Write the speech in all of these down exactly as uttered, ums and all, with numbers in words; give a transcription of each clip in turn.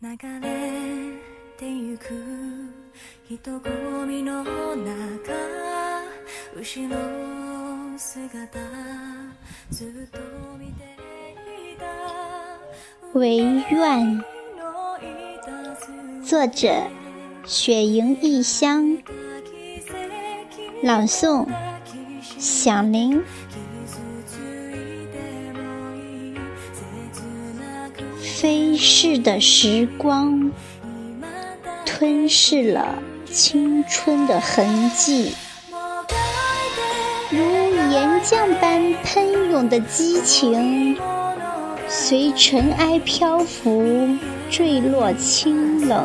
てゆく人混みの中後ろ姿ずっと見ていた唯愿，作者雪莹异乡，朗诵响铃。飞逝的时光吞噬了青春的痕迹，如岩浆般喷涌的激情，随尘埃漂浮，坠落清冷。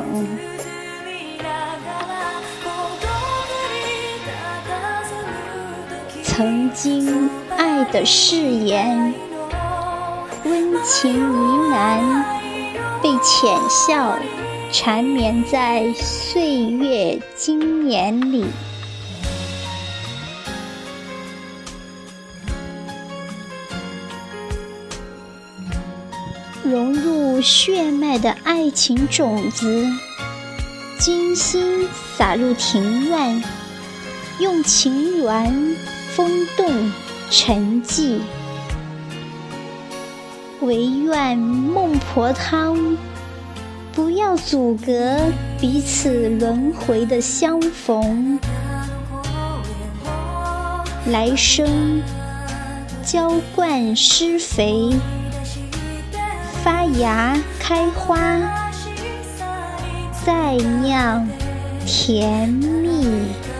曾经爱的誓言，温情呢喃，被浅笑缠绵在岁月经年里。融入血脉的爱情种子，精心撒入庭院，用情缘风动沉寂。唯愿孟婆汤不要阻隔彼此轮回的相逢，来生浇灌施肥，发芽开花，再酿甜蜜。